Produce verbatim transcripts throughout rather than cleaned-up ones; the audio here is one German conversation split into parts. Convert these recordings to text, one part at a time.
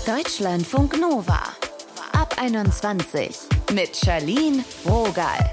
Deutschlandfunk Nova. Ab einundzwanzig mit Charlene Rogal.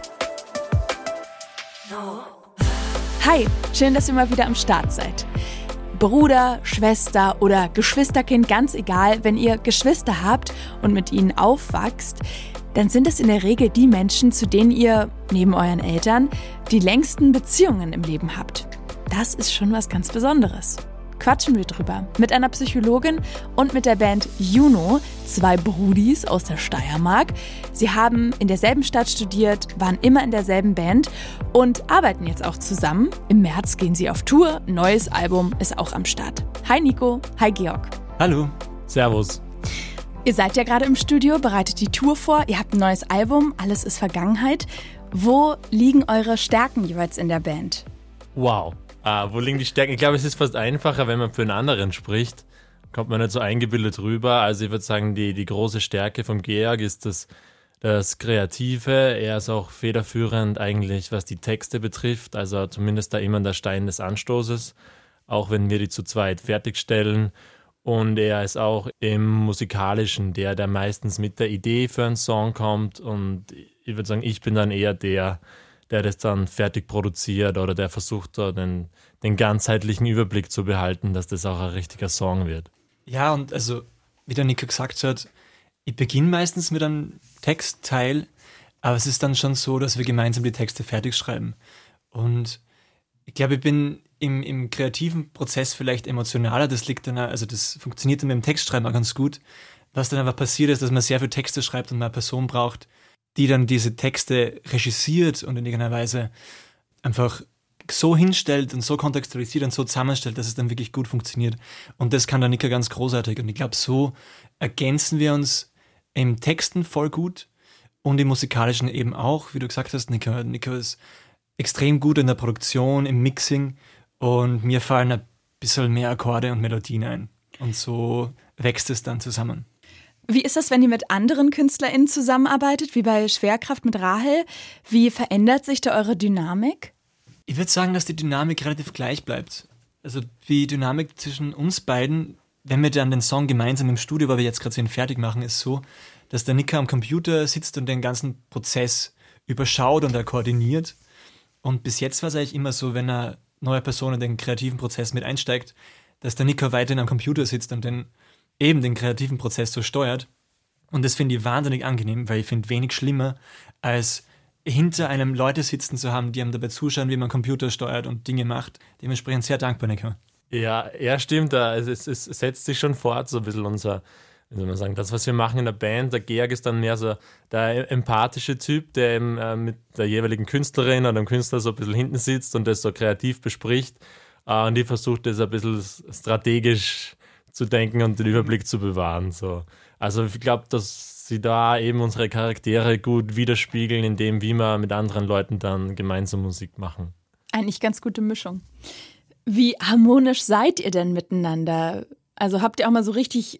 Hi, schön, dass ihr mal wieder am Start seid. Bruder, Schwester oder Geschwisterkind, ganz egal, wenn ihr Geschwister habt und mit ihnen aufwachst, dann sind es in der Regel die Menschen, zu denen ihr, neben euren Eltern, die längsten Beziehungen im Leben habt. Das ist schon was ganz Besonderes. Quatschen wir drüber mit einer Psychologin und mit der Band Juno, zwei Brudis aus der Steiermark. Sie haben in derselben Stadt studiert, waren immer in derselben Band und arbeiten jetzt auch zusammen. Im März gehen sie auf Tour, neues Album ist auch am Start. Hi Nico, hi Georg. Hallo, servus. Ihr seid ja gerade im Studio, bereitet die Tour vor, ihr habt ein neues Album, alles ist Vergangenheit. Wo liegen eure Stärken jeweils in der Band? Wow. Ah, wo liegen die Stärken? Ich glaube, es ist fast einfacher, wenn man für einen anderen spricht. Kommt man nicht so eingebildet rüber. Also ich würde sagen, die, die große Stärke vom Georg ist das, das Kreative. Er ist auch federführend eigentlich, was die Texte betrifft. Also zumindest da immer der Stein des Anstoßes, auch wenn wir die zu zweit fertigstellen. Und er ist auch im Musikalischen der, der meistens mit der Idee für einen Song kommt. Und ich würde sagen, ich bin dann eher der, der das dann fertig produziert oder der versucht, da den, den ganzheitlichen Überblick zu behalten, dass das auch ein richtiger Song wird. Ja, und also, wie der Nico gesagt hat, ich beginne meistens mit einem Textteil, aber es ist dann schon so, dass wir gemeinsam die Texte fertig schreiben. Und ich glaube, ich bin im, im kreativen Prozess vielleicht emotionaler, das liegt dann, also das funktioniert dann mit dem Textschreiben auch ganz gut. Was dann einfach passiert ist, dass man sehr viel Texte schreibt und man eine Person braucht, die dann diese Texte regisiert und in irgendeiner Weise einfach so hinstellt und so kontextualisiert und so zusammenstellt, dass es dann wirklich gut funktioniert. Und das kann der Nico ganz großartig. Und ich glaube, so ergänzen wir uns im Texten voll gut und im Musikalischen eben auch, wie du gesagt hast, Nico. Nico ist extrem gut in der Produktion, im Mixing und mir fallen ein bisschen mehr Akkorde und Melodien ein. Und so wächst es dann zusammen. Wie ist das, wenn ihr mit anderen KünstlerInnen zusammenarbeitet, wie bei Schwerkraft mit Rahel? Wie verändert sich da eure Dynamik? Ich würde sagen, dass die Dynamik relativ gleich bleibt. Also die Dynamik zwischen uns beiden, wenn wir dann den Song gemeinsam im Studio, weil wir jetzt gerade so ihn fertig machen, ist so, dass der Nico am Computer sitzt und den ganzen Prozess überschaut und er koordiniert. Und bis jetzt war es eigentlich immer so, wenn eine neue Person in den kreativen Prozess mit einsteigt, dass der Nico weiterhin am Computer sitzt und den eben den kreativen Prozess so steuert. Und das finde ich wahnsinnig angenehm, weil ich finde wenig schlimmer, als hinter einem Leute sitzen zu haben, die einem dabei zuschauen, wie man Computer steuert und Dinge macht. Dementsprechend sehr dankbar, Nico. Ja, ja, stimmt. Also es, es setzt sich schon fort, so ein bisschen unser, wie soll man sagen, das, was wir machen in der Band. Der Georg ist dann mehr so der empathische Typ, der eben, äh, mit der jeweiligen Künstlerin oder dem Künstler so ein bisschen hinten sitzt und das so kreativ bespricht. Äh, und ich versuche das ein bisschen strategisch zu denken und den Überblick zu bewahren. So. Also ich glaube, dass sie da eben unsere Charaktere gut widerspiegeln, in dem, wie wir mit anderen Leuten dann gemeinsam Musik machen. Eigentlich ganz gute Mischung. Wie harmonisch seid ihr denn miteinander? Also habt ihr auch mal so richtig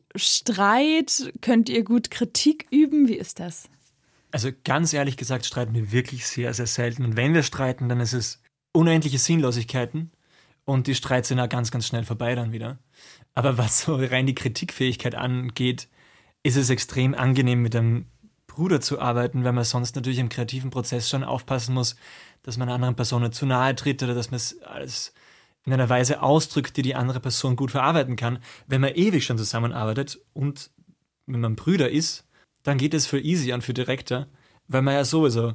Streit? Könnt ihr gut Kritik üben? Wie ist das? Also ganz ehrlich gesagt streiten wir wirklich sehr, sehr selten. Und wenn wir streiten, dann ist es unendliche Sinnlosigkeiten. Und die Streits sind auch ganz, ganz schnell vorbei dann wieder. Aber was so rein die Kritikfähigkeit angeht, ist es extrem angenehm, mit einem Bruder zu arbeiten, weil man sonst natürlich im kreativen Prozess schon aufpassen muss, dass man einer anderen Person nicht zu nahe tritt oder dass man es alles in einer Weise ausdrückt, die die andere Person gut verarbeiten kann. Wenn man ewig schon zusammenarbeitet und wenn man Brüder ist, dann geht es für easy und für direkter, weil man ja sowieso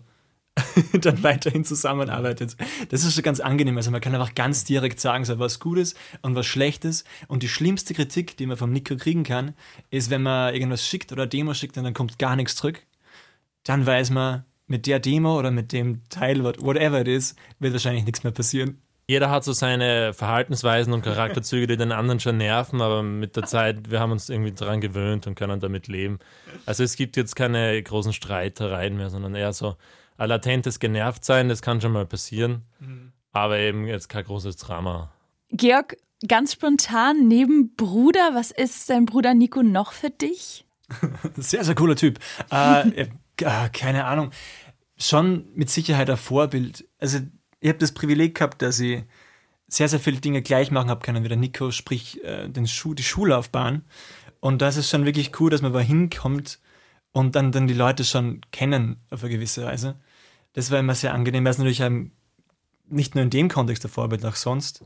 dann weiterhin zusammenarbeitet. Das ist schon ganz angenehm. Also man kann einfach ganz direkt sagen, so was Gutes und was Schlechtes. Und die schlimmste Kritik, die man vom Nico kriegen kann, ist, wenn man irgendwas schickt oder Demo schickt und dann kommt gar nichts zurück. Dann weiß man, mit der Demo oder mit dem Teil, whatever it is, wird wahrscheinlich nichts mehr passieren. Jeder hat so seine Verhaltensweisen und Charakterzüge, die den anderen schon nerven, aber mit der Zeit, wir haben uns irgendwie daran gewöhnt und können damit leben. Also es gibt jetzt keine großen Streitereien mehr, sondern eher so ein latentes Genervtsein, das kann schon mal passieren, mhm. aber eben jetzt kein großes Drama. Georg, ganz spontan, neben Bruder, was ist dein Bruder Nico noch für dich? Sehr, sehr cooler Typ. Äh, äh, keine Ahnung, schon mit Sicherheit ein Vorbild. Also ich habe das Privileg gehabt, dass ich sehr, sehr viele Dinge gleich machen habe können wie der Nico, sprich äh, den Schu- die Schullaufbahn. Und das ist schon wirklich cool, dass man da hinkommt und dann, dann die Leute schon kennen auf eine gewisse Weise. Das war immer sehr angenehm. Er ist natürlich ein, nicht nur in dem Kontext der Vorbild, auch sonst.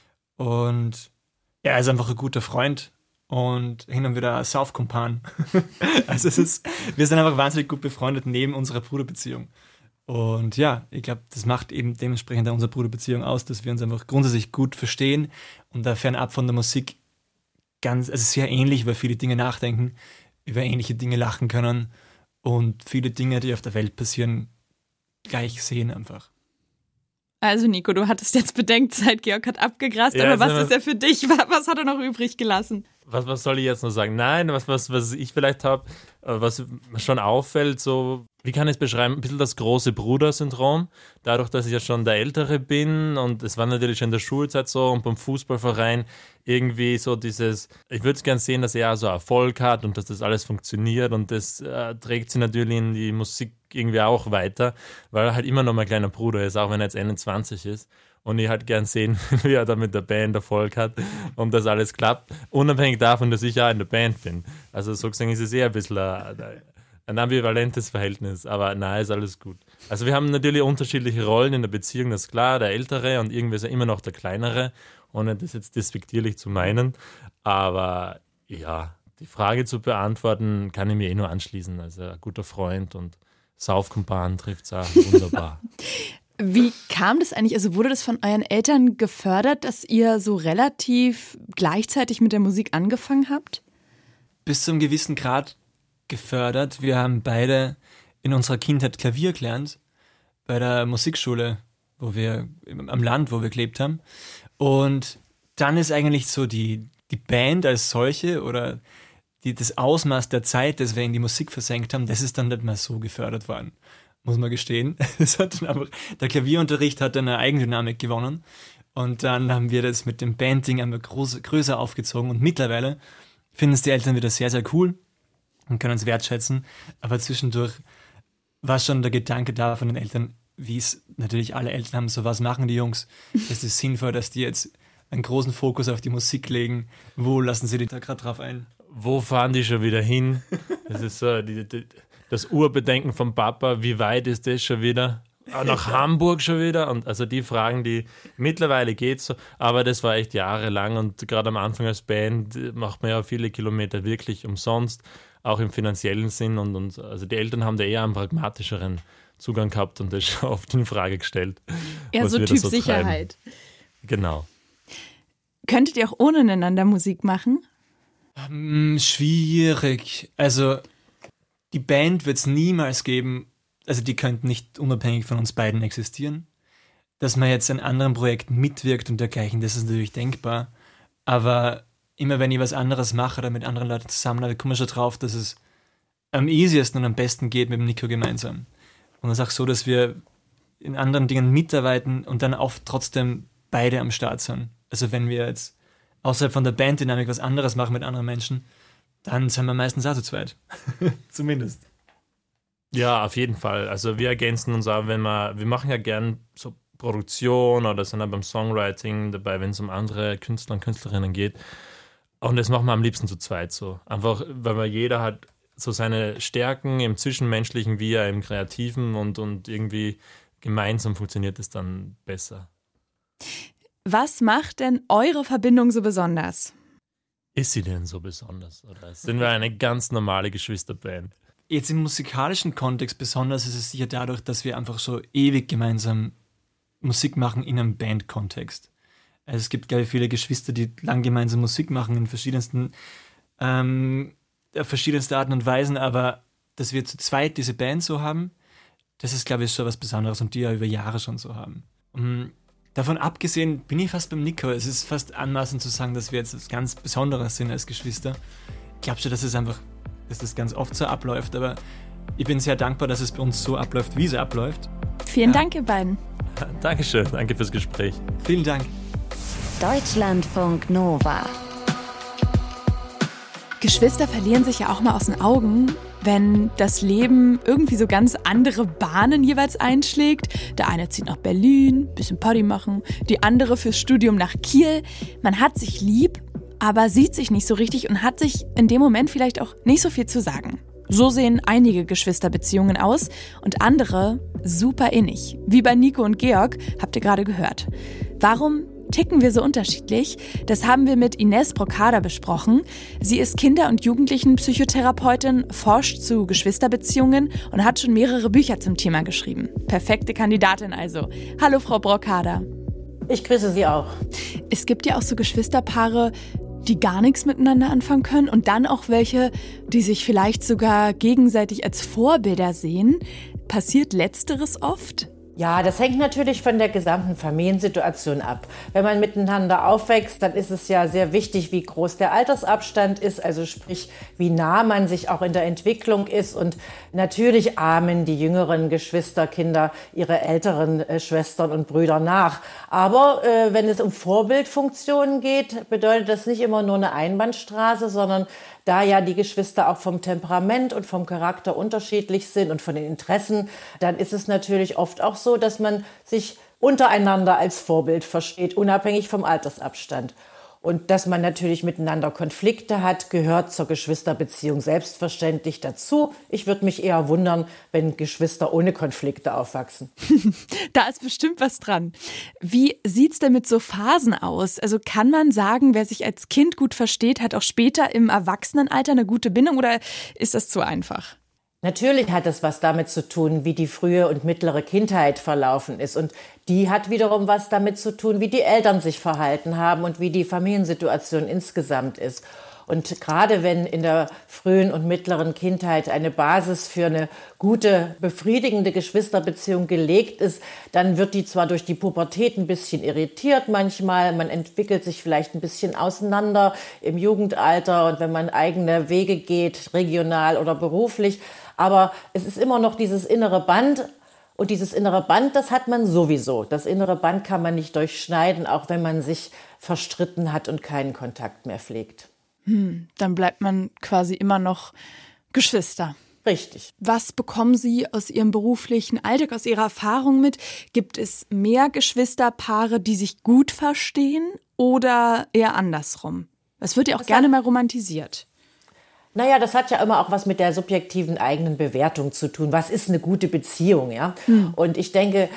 Und ja, er ist einfach ein guter Freund und hin und wieder ein Saufkumpan. Also es ist, wir sind einfach wahnsinnig gut befreundet neben unserer Bruderbeziehung. Und ja, ich glaube, das macht eben dementsprechend unsere Bruderbeziehung aus, dass wir uns einfach grundsätzlich gut verstehen und da fernab von der Musik ganz, also sehr ähnlich über viele Dinge nachdenken, über ähnliche Dinge lachen können und viele Dinge, die auf der Welt passieren, gleich sehen einfach. Also Nico, du hattest jetzt Bedenkzeit, Georg hat abgegrast, Ja, aber was also- ist er für dich? Was hat er noch übrig gelassen? Was, was soll ich jetzt noch sagen? Nein, was, was, was ich vielleicht habe, was schon auffällt, so, wie kann ich es beschreiben, ein bisschen das große Bruder-Syndrom. Dadurch, dass ich ja schon der Ältere bin und es war natürlich schon in der Schulzeit so und beim Fußballverein irgendwie so dieses, ich würde es gern sehen, dass er so Erfolg hat und dass das alles funktioniert und das äh, trägt sie natürlich in die Musik irgendwie auch weiter, weil er halt immer noch mein kleiner Bruder ist, auch wenn er jetzt einundzwanzig ist. Und ich halt gern sehen, wie er da mit der Band Erfolg hat und das alles klappt, unabhängig davon, dass ich auch in der Band bin. Also so gesehen ist es eher ein bisschen ein, ein ambivalentes Verhältnis, aber nein, ist alles gut. Also wir haben natürlich unterschiedliche Rollen in der Beziehung, das ist klar, der Ältere und irgendwie ist er immer noch der Kleinere, ohne das jetzt despektierlich zu meinen, aber ja, die Frage zu beantworten, kann ich mir eh nur anschließen, also ein guter Freund und Saufkumpan trifft es auch wunderbar. Wie kam das eigentlich? Also wurde das von euren Eltern gefördert, dass ihr so relativ gleichzeitig mit der Musik angefangen habt? Bis zu einem gewissen Grad gefördert. Wir haben beide in unserer Kindheit Klavier gelernt, bei der Musikschule, wo wir am Land, wo wir gelebt haben. Und dann ist eigentlich so die, die Band als solche oder die, das Ausmaß der Zeit, das wir in die Musik versenkt haben, das ist dann nicht mehr so gefördert worden. Muss man gestehen. Es hat dann einfach, der Klavierunterricht hat dann eine Eigendynamik gewonnen und dann haben wir das mit dem Bandding einmal groß, größer aufgezogen und mittlerweile finden es die Eltern wieder sehr, sehr cool und können es wertschätzen, aber zwischendurch war schon der Gedanke da von den Eltern, wie es natürlich alle Eltern haben, so was machen die Jungs, es ist sinnvoll, dass die jetzt einen großen Fokus auf die Musik legen, wo lassen sie die da gerade drauf ein? Wo fahren die schon wieder hin? Das ist so die, die, das Urbedenken vom Papa, wie weit ist das schon wieder? Ah, nach Hamburg schon wieder? Und also die Fragen, die mittlerweile geht so, aber das war echt jahrelang und gerade am Anfang als Band macht man ja viele Kilometer wirklich umsonst, auch im finanziellen Sinn und, und also die Eltern haben da eher einen pragmatischeren Zugang gehabt und das schon oft in Frage gestellt. Ja, was so wir da Typ so Sicherheit. treiben. Genau. Könntet ihr auch ohne einander Musik machen? Hm, schwierig. Also die Band wird es niemals geben, also die könnten nicht unabhängig von uns beiden existieren. Dass man jetzt an anderen Projekten mitwirkt und dergleichen, das ist natürlich denkbar. Aber immer wenn ich was anderes mache oder mit anderen Leuten zusammen, komme ich schon drauf, dass es am easiesten und am besten geht mit dem Nico gemeinsam. Und es ist auch so, dass wir in anderen Dingen mitarbeiten und dann auch trotzdem beide am Start sind. Also wenn wir jetzt außerhalb von der Banddynamik was anderes machen mit anderen Menschen, dann sind wir meistens auch zu zweit. Zumindest. Ja, auf jeden Fall. Also wir ergänzen uns auch, wenn wir, wir machen ja gern so Produktion oder sind auch beim Songwriting dabei, wenn es um andere Künstler und Künstlerinnen geht. Und das machen wir am liebsten zu zweit so. Einfach, weil wir jeder hat so seine Stärken im Zwischenmenschlichen wie ja im Kreativen und, und irgendwie gemeinsam funktioniert es dann besser. Was macht denn eure Verbindung so besonders? Ist sie denn so besonders? Oder sind wir eine ganz normale Geschwisterband? Jetzt im musikalischen Kontext besonders ist es sicher dadurch, dass wir einfach so ewig gemeinsam Musik machen in einem Band-Kontext. Also es gibt, glaube ich, viele Geschwister, die lang gemeinsam Musik machen in verschiedensten, ähm, verschiedensten Arten und Weisen, aber dass wir zu zweit diese Band so haben, das ist, glaube ich, schon was Besonderes und die ja über Jahre schon so haben. Um, davon abgesehen bin ich fast beim Nico. Es ist fast anmaßend zu sagen, dass wir jetzt was ganz Besonderes sind als Geschwister. Ich glaube schon, dass es einfach, dass das ganz oft so abläuft, aber ich bin sehr dankbar, dass es bei uns so abläuft, wie es abläuft. Vielen Ja. Dank, ihr beiden. Dankeschön, danke fürs Gespräch. Vielen Dank. Deutschlandfunk Nova. Geschwister verlieren sich ja auch mal aus den Augen, wenn das Leben irgendwie so ganz andere Bahnen jeweils einschlägt. Der eine zieht nach Berlin, bisschen Party machen, die andere fürs Studium nach Kiel. Man hat sich lieb, aber sieht sich nicht so richtig und hat sich in dem Moment vielleicht auch nicht so viel zu sagen. So sehen einige Geschwisterbeziehungen aus und andere super innig. Wie bei Nico und Georg, habt ihr gerade gehört. Warum ticken wir so unterschiedlich? Das haben wir mit Ines Brocada besprochen. Sie ist Kinder- und Jugendlichenpsychotherapeutin, forscht zu Geschwisterbeziehungen und hat schon mehrere Bücher zum Thema geschrieben. Perfekte Kandidatin also. Hallo Frau Brocada. Ich grüße Sie auch. Es gibt ja auch so Geschwisterpaare, die gar nichts miteinander anfangen können und dann auch welche, die sich vielleicht sogar gegenseitig als Vorbilder sehen. Passiert Letzteres oft? Ja, das hängt natürlich von der gesamten Familiensituation ab. Wenn man miteinander aufwächst, dann ist es ja sehr wichtig, wie groß der Altersabstand ist, also sprich, wie nah man sich auch in der Entwicklung ist. Und natürlich ahmen die jüngeren Geschwisterkinder ihre älteren äh, Schwestern und Brüder nach. Aber äh, wenn es um Vorbildfunktionen geht, bedeutet das nicht immer nur eine Einbahnstraße, sondern da ja die Geschwister auch vom Temperament und vom Charakter unterschiedlich sind und von den Interessen, dann ist es natürlich oft auch so, dass man sich untereinander als Vorbild versteht, unabhängig vom Altersabstand. Und dass man natürlich miteinander Konflikte hat, gehört zur Geschwisterbeziehung selbstverständlich dazu. Ich würde mich eher wundern, wenn Geschwister ohne Konflikte aufwachsen. Da ist bestimmt was dran. Wie sieht's denn mit so Phasen aus? Also kann man sagen, wer sich als Kind gut versteht, hat auch später im Erwachsenenalter eine gute Bindung oder ist das zu einfach? Natürlich hat es was damit zu tun, wie die frühe und mittlere Kindheit verlaufen ist. Und die hat wiederum was damit zu tun, wie die Eltern sich verhalten haben und wie die Familiensituation insgesamt ist. Und gerade wenn in der frühen und mittleren Kindheit eine Basis für eine gute, befriedigende Geschwisterbeziehung gelegt ist, dann wird die zwar durch die Pubertät ein bisschen irritiert manchmal, man entwickelt sich vielleicht ein bisschen auseinander im Jugendalter und wenn man eigene Wege geht, regional oder beruflich, aber es ist immer noch dieses innere Band. Und dieses innere Band, das hat man sowieso. Das innere Band kann man nicht durchschneiden, auch wenn man sich verstritten hat und keinen Kontakt mehr pflegt. Hm, dann bleibt man quasi immer noch Geschwister. Richtig. Was bekommen Sie aus Ihrem beruflichen Alltag, aus Ihrer Erfahrung mit? Gibt es mehr Geschwisterpaare, die sich gut verstehen oder eher andersrum? Das wird ja auch das gerne mal romantisiert. Naja, das hat ja immer auch was mit der subjektiven eigenen Bewertung zu tun. Was ist eine gute Beziehung, ja? Hm. Und ich denke,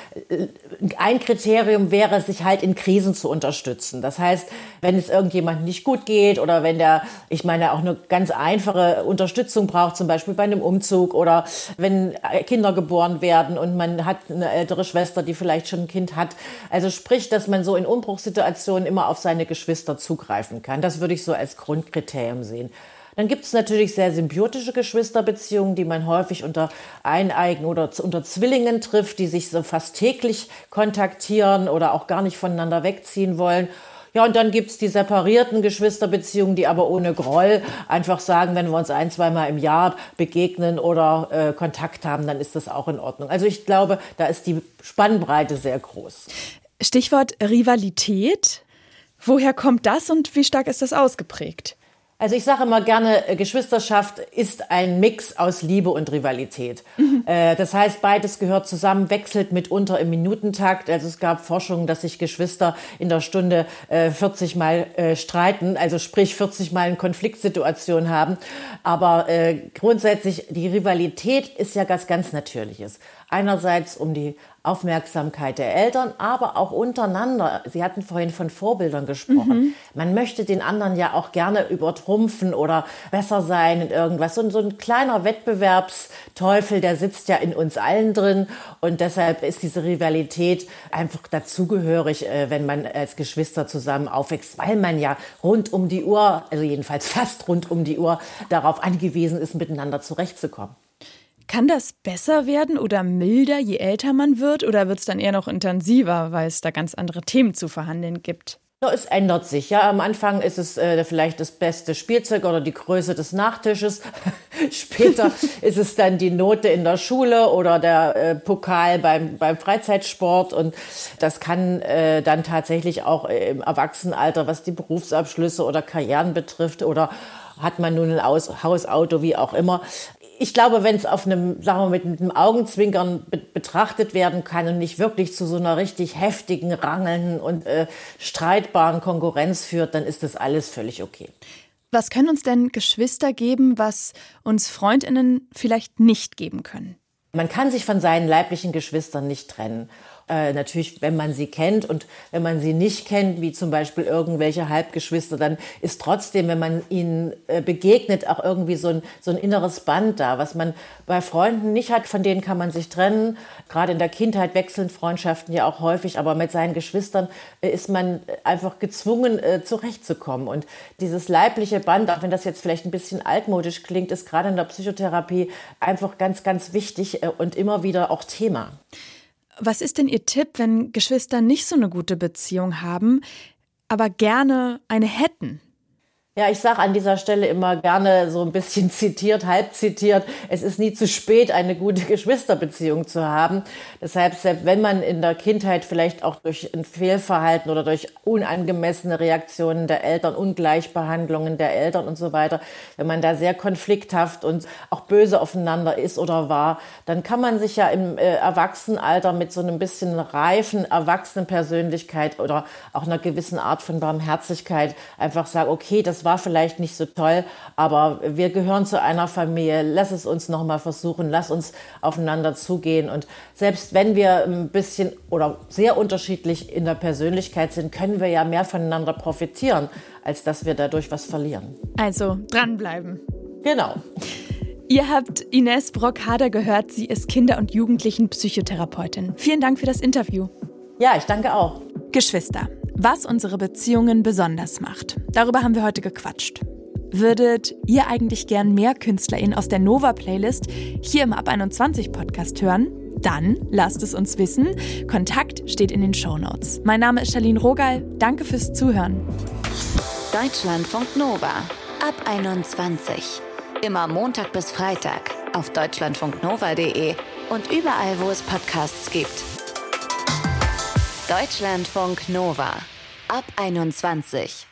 ein Kriterium wäre, sich halt in Krisen zu unterstützen. Das heißt, wenn es irgendjemandem nicht gut geht oder wenn der, ich meine, auch eine ganz einfache Unterstützung braucht, zum Beispiel bei einem Umzug oder wenn Kinder geboren werden und man hat eine ältere Schwester, die vielleicht schon ein Kind hat. Also sprich, dass man so in Umbruchssituationen immer auf seine Geschwister zugreifen kann. Das würde ich so als Grundkriterium sehen. Dann gibt es natürlich sehr symbiotische Geschwisterbeziehungen, die man häufig unter Eineigen oder unter Zwillingen trifft, die sich so fast täglich kontaktieren oder auch gar nicht voneinander wegziehen wollen. Ja, und dann gibt's die separierten Geschwisterbeziehungen, die aber ohne Groll einfach sagen, wenn wir uns ein-, zweimal im Jahr begegnen oder äh, Kontakt haben, dann ist das auch in Ordnung. Also ich glaube, da ist die Spannbreite sehr groß. Stichwort Rivalität. Woher kommt das und wie stark ist das ausgeprägt? Also ich sage immer gerne, Geschwisterschaft ist ein Mix aus Liebe und Rivalität. Mhm. Äh, das heißt, beides gehört zusammen, wechselt mitunter im Minutentakt. Also es gab Forschungen, dass sich Geschwister in der Stunde äh, vierzig Mal äh, streiten, also sprich vierzig Mal eine Konfliktsituation haben. Aber äh, grundsätzlich, die Rivalität ist ja was ganz Natürliches. Einerseits um die Aufmerksamkeit der Eltern, aber auch untereinander. Sie hatten vorhin von Vorbildern gesprochen. Mhm. Man möchte den anderen ja auch gerne übertrumpfen oder besser sein in irgendwas. Und so ein kleiner Wettbewerbsteufel, der sitzt ja in uns allen drin. Und deshalb ist diese Rivalität einfach dazugehörig, wenn man als Geschwister zusammen aufwächst, weil man ja rund um die Uhr, also jedenfalls fast rund um die Uhr, darauf angewiesen ist, miteinander zurechtzukommen. Kann das besser werden oder milder, je älter man wird? Oder wird es dann eher noch intensiver, weil es da ganz andere Themen zu verhandeln gibt? Ja, es ändert sich. Ja, am Anfang ist es äh, vielleicht das beste Spielzeug oder die Größe des Nachtisches. Später ist es dann die Note in der Schule oder der äh, Pokal beim, beim Freizeitsport. Und das kann äh, dann tatsächlich auch äh, im Erwachsenenalter, was die Berufsabschlüsse oder Karrieren betrifft oder hat man nun ein Aus- Hausauto, wie auch immer. Ich glaube, wenn es auf einem, sagen wir, mit einem Augenzwinkern be- betrachtet werden kann und nicht wirklich zu so einer richtig heftigen, rangelnden und äh, streitbaren Konkurrenz führt, dann ist das alles völlig okay. Was können uns denn Geschwister geben, was uns FreundInnen vielleicht nicht geben können? Man kann sich von seinen leiblichen Geschwistern nicht trennen. Äh, natürlich, wenn man sie kennt, und wenn man sie nicht kennt, wie zum Beispiel irgendwelche Halbgeschwister, dann ist trotzdem, wenn man ihnen äh, begegnet, auch irgendwie so ein, so ein inneres Band da, was man bei Freunden nicht hat, von denen kann man sich trennen. Gerade in der Kindheit wechseln Freundschaften ja auch häufig, aber mit seinen Geschwistern äh, ist man einfach gezwungen, äh, zurechtzukommen. Und dieses leibliche Band, auch wenn das jetzt vielleicht ein bisschen altmodisch klingt, ist gerade in der Psychotherapie einfach ganz, ganz wichtig äh, und immer wieder auch Thema. Was ist denn Ihr Tipp, wenn Geschwister nicht so eine gute Beziehung haben, aber gerne eine hätten? Ja, ich sage an dieser Stelle immer gerne so ein bisschen zitiert, halb zitiert, es ist nie zu spät, eine gute Geschwisterbeziehung zu haben. Deshalb, selbst wenn man in der Kindheit vielleicht auch durch ein Fehlverhalten oder durch unangemessene Reaktionen der Eltern, Ungleichbehandlungen der Eltern und so weiter, wenn man da sehr konflikthaft und auch böse aufeinander ist oder war, dann kann man sich ja im äh, Erwachsenenalter mit so einem bisschen reifen, erwachsenen Persönlichkeit oder auch einer gewissen Art von Barmherzigkeit einfach sagen, okay, das war vielleicht nicht so toll, aber wir gehören zu einer Familie. Lass es uns noch mal versuchen. Lass uns aufeinander zugehen. Und selbst wenn wir ein bisschen oder sehr unterschiedlich in der Persönlichkeit sind, können wir ja mehr voneinander profitieren, als dass wir dadurch was verlieren. Also dranbleiben. Genau. Ihr habt Ines Brock-Harder gehört. Sie ist Kinder- und Jugendlichen-Psychotherapeutin. Vielen Dank für das Interview. Ja, ich danke auch. Geschwister. Was unsere Beziehungen besonders macht. Darüber haben wir heute gequatscht. Würdet ihr eigentlich gern mehr KünstlerInnen aus der Nova-Playlist hier im Ab einundzwanzig Podcast hören? Dann lasst es uns wissen. Kontakt steht in den Shownotes. Mein Name ist Charlene Rogal. Danke fürs Zuhören. Deutschlandfunk Nova. Ab einundzwanzig. Immer Montag bis Freitag auf deutschlandfunknova punkt de und überall, wo es Podcasts gibt. Deutschlandfunk Nova. Ab einundzwanzig.